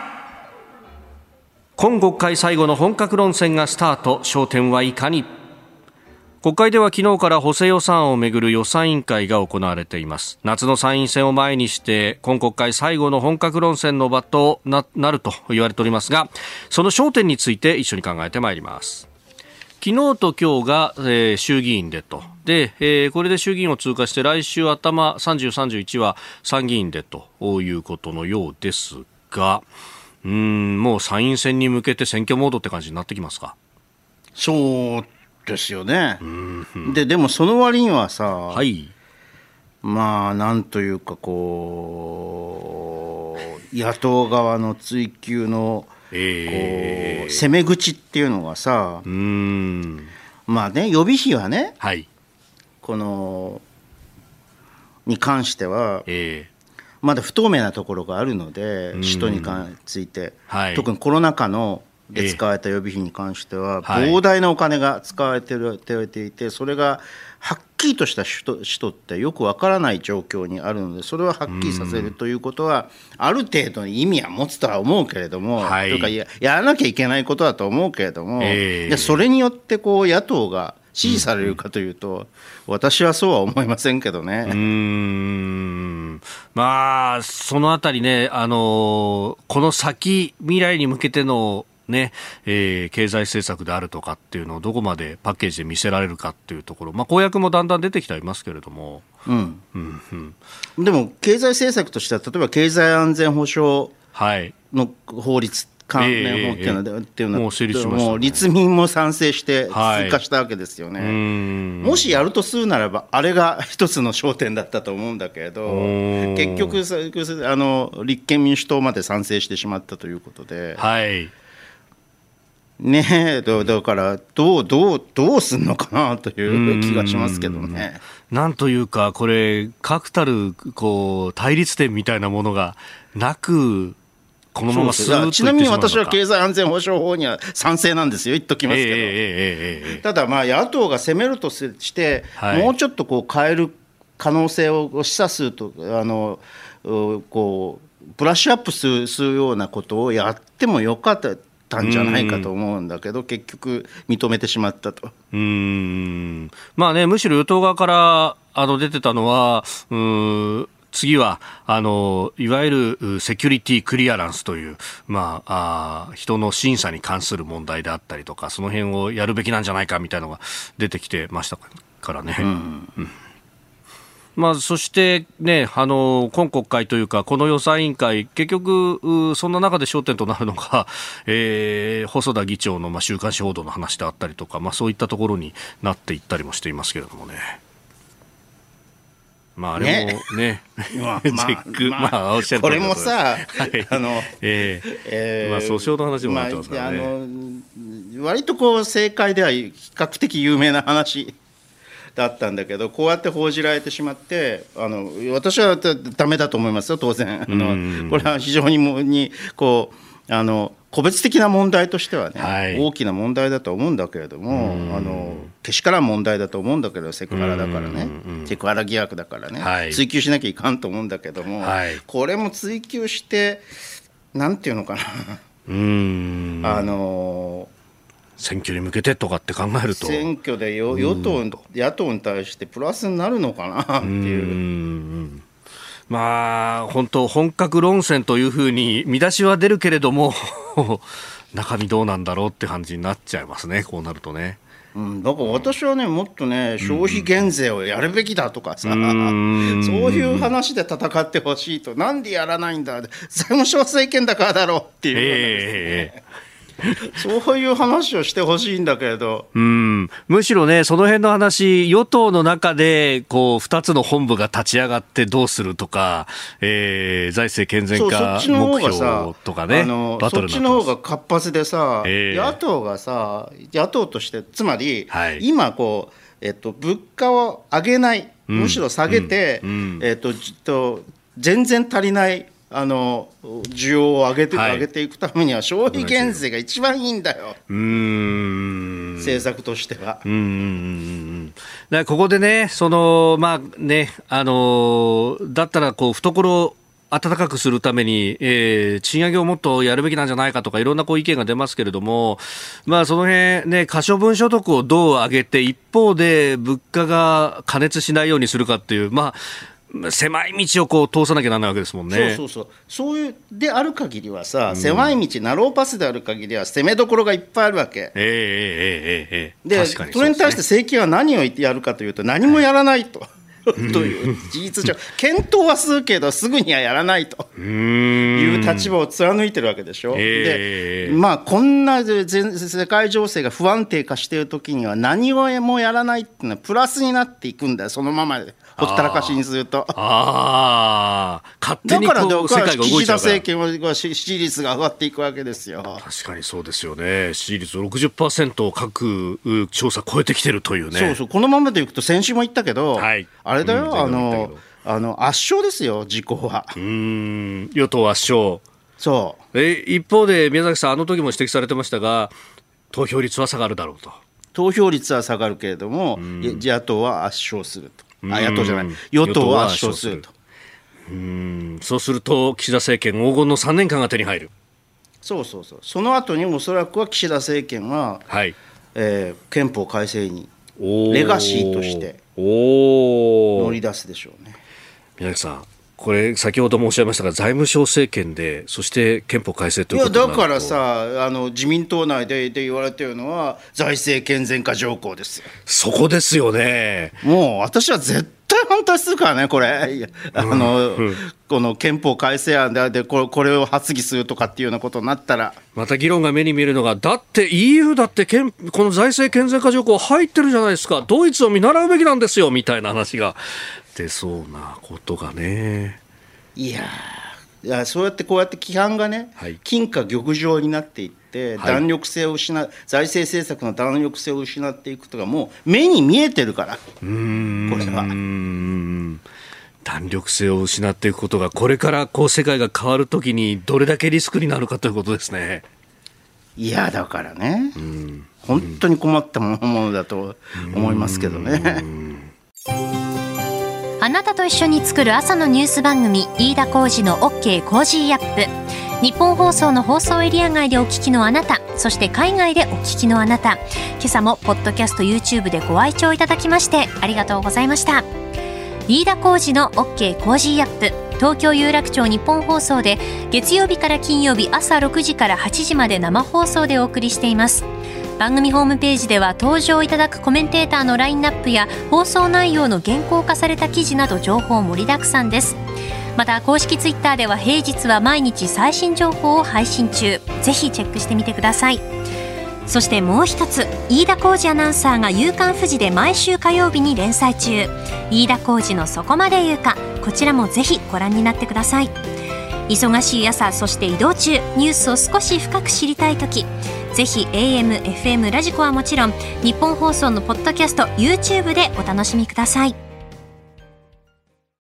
今国会最後の本格論戦がスタート。焦点はいかに。国会では昨日から補正予算案をめぐる予算委員会が行われています。夏の参院選を前にして今国会最後の本格論戦の場と な, なると言われておりますが、その焦点について一緒に考えてまいります。昨日と今日が、えー、衆議院でとで、えー、これで衆議院を通過して来週頭さんじゅう、さんじゅういちは参議院でということのようですが、うーんもう参院選に向けて選挙モードって感じになってきますか。 そうですよね。うん、で, でもその割にはさ、はい、まあなんというかこう野党側の追及のえー、こう攻め口っていうのがさ、うーんまあね予備費はね、はい、このに関しては、えー、まだ不透明なところがあるので使途について、はい、特にコロナ禍ので使われた予備費に関しては、えー、膨大なお金が使われていていて、それがはっきりとした使途ってよくわからない状況にあるので、それをはっきりさせるということはある程度の意味は持つとは思うけれども、はい、というか や, やらなきゃいけないことだと思うけれども、えー、でそれによってこう野党が支持されるかというと、うん、私はそうは思いませんけどね。うーんまあそのあたりね、あのこの先未来に向けてのねえー、経済政策であるとかっていうのをどこまでパッケージで見せられるかっていうところ、まあ、公約もだんだん出てきてはいますけれども、 うんうんうん、でも経済政策としては例えば経済安全保障の法律、はい関連法っていうのは、えー、っていうのはもう成立しましたね。もう立民も賛成して追加したわけですよね、はい、もしやるとするならばあれが一つの焦点だったと思うんだけれど結局あの立憲民主党まで賛成してしまったということで、はいね、えだからどうどうどうすんのかなという気がしますけどね。 なんというかこれ確たるこう対立点みたいなものがなくこのままスーッといってしまうのか。ちなみに私は経済安全保障法には賛成なんですよ、言っときますけど、えーえーえー、ただまあ野党が攻めるとして、はい、もうちょっとこう変える可能性を示唆するとあのこうブラッシュアップする、するようなことをやってもよかったんじゃないかと思うんだけど結局認めてしまったと。うーん、まあね、むしろ与党側からあの出てたのはうーん次はあのいわゆるセキュリティクリアランスという、まあ、あ人の審査に関する問題であったりとかその辺をやるべきなんじゃないかみたいなのが出てきてましたからね、うんうん、まあ、そして、ね、あの今国会というかこの予算委員会結局そんな中で焦点となるのが、えー、細田議長の、まあ、週刊誌報道の話であったりとか、まあ、そういったところになっていったりもしていますけれどもね。まあ、あれもね、まあ、まあ、おっしゃるこれもさ、はい、あの、 えーえーまあ、訴訟の話もなってますからね、まあ、あの割とこう政界では比較的有名な話だったんだけどこうやって報じられてしまってあの私はダメだと思いますよ当然。あのこれは非常にもにこうあの個別的な問題としてはね、はい、大きな問題だと思うんだけれどもあのけしからん問題だと思うんだけどセクハラだからねセクハラ疑惑だからね、はい、追及しなきゃいかんと思うんだけども、はい、これも追及してなんていうのかなうーんあの選挙に向けてとかって考えると選挙で与党野党に対してプラスになるのかなっていう。うーんまあ、本当本格論戦というふうに見出しは出るけれども中身どうなんだろうって感じになっちゃいますねこうなるとね、 うん、だから私はねもっとね消費減税をやるべきだとかさ、うん、そういう話で戦ってほしいとなんでやらないんだ財務省政権だからだろうっていう、えーそういう話をしてほしいんだけれどうんむしろねその辺の話与党の中でこうふたつの本部が立ち上がってどうするとか、えー、財政健全化目標とかねバトルになってます。そっちの方が活発でさ、えー、野党がさ野党としてつまり、はい、今こう、えっと、物価を上げない、うん、むしろ下げて、うんうんえっと、ちょっと全然足りないあの需要を上げて、はい、上げていくためには消費減税が一番いいんだようーん政策としては。うんうんうんだからここでねそのまあねあのだったらこう懐を暖かくするために、えー、賃上げをもっとやるべきなんじゃないかとかいろんなこう意見が出ますけれども、まあ、その辺、ね、可処分所得をどう上げて一方で物価が過熱しないようにするかっていう、まあ狭い道をこう通さなきゃならないわけですもんね。 そうそうそうそういうである限りはさ、うん、狭い道ナローパスである限りは攻めどころがいっぱいあるわけ、えーえーえー、で, でそれに対して政権は何をやるかというと何もやらないと、はいという事実上検討はするけどすぐにはやらないという立場を貫いてるわけでしょ、えーでまあ、こんな世界情勢が不安定化しているときには何をもやらないっていうのはプラスになっていくんだよそのままでほったらかしにすると。 あ勝手にこう世界が動いちゃうから岸田政権は支持率が上がっていくわけですよ。 確かにそうですよね。支持率 ろくじゅっパーセント を各調査超えてきてるというね。 そうそうこのままでいくと先週も言ったけど、はい、あれだよ、うん、あのあの圧勝ですよ自公は。 うーん与党圧勝。 そうえ一方で宮崎さんあの時も指摘されてましたが投票率は下がるだろうと。 投票率は下がるけれども野党は圧勝すると。あ野党じゃない与党は圧勝すると。 うーんそうすると岸田政権黄金のさんねんかんが手に入る。 そうそうそうその後におそらくは岸田政権は、はいえー、憲法改正にレガシーとして乗り出すでしょうね。 宮崎さんこれ先ほど申し上げましたが財務省政権でそして憲法改正ということになると。 いやだからさあの自民党内でで言われているのは財政健全化条項ですよ。 そこですよね。 もう私は絶対対反対するからね、これ、いやあの、うん、この憲法改正案でこれ、これを発議するとかっていうようなことになったら、 また議論が目に見えるのが、だって イーユー だってこの財政健全化条項入ってるじゃないですか、ドイツを見習うべきなんですよみたいな話が出そうなことがね。 いやいや、そうやってこうやって規範がね、はい、金貨玉状になっていって、はい、弾力性を失う、財政政策の弾力性を失っていくとか、もう目に見えてるから、 うーん、 これは弾力性を失っていくことが、これからこう世界が変わるときにどれだけリスクになるかということですね。 いや、だからね、うん、本当に困ったものだと思いますけどね。 あなたと一緒に作る朝のニュース番組、飯田浩司の OK コージーアップ。日本放送の放送エリア外でお聞きのあなた、そして海外でお聞きのあなた、今朝もポッドキャスト YouTube でご愛聴いただきましてありがとうございました。飯田浩司の OK コージーアップ、東京有楽町日本放送で月曜日から金曜日朝ろくじからはちじまで生放送でお送りしています。番組ホームページでは登場いただくコメンテーターのラインナップや放送内容の原稿化された記事など情報盛りだくさんです。また公式ツイッターでは平日は毎日最新情報を配信中、ぜひチェックしてみてください。そしてもう一つ、飯田浩司アナウンサーが夕刊フジで毎週火曜日に連載中、飯田浩司のそこまで言うか、こちらもぜひご覧になってください。忙しい朝、そして移動中、ニュースを少し深く知りたいとき、ぜひ エーエム、エフエム ラジコはもちろん日本放送のポッドキャスト YouTube でお楽しみください。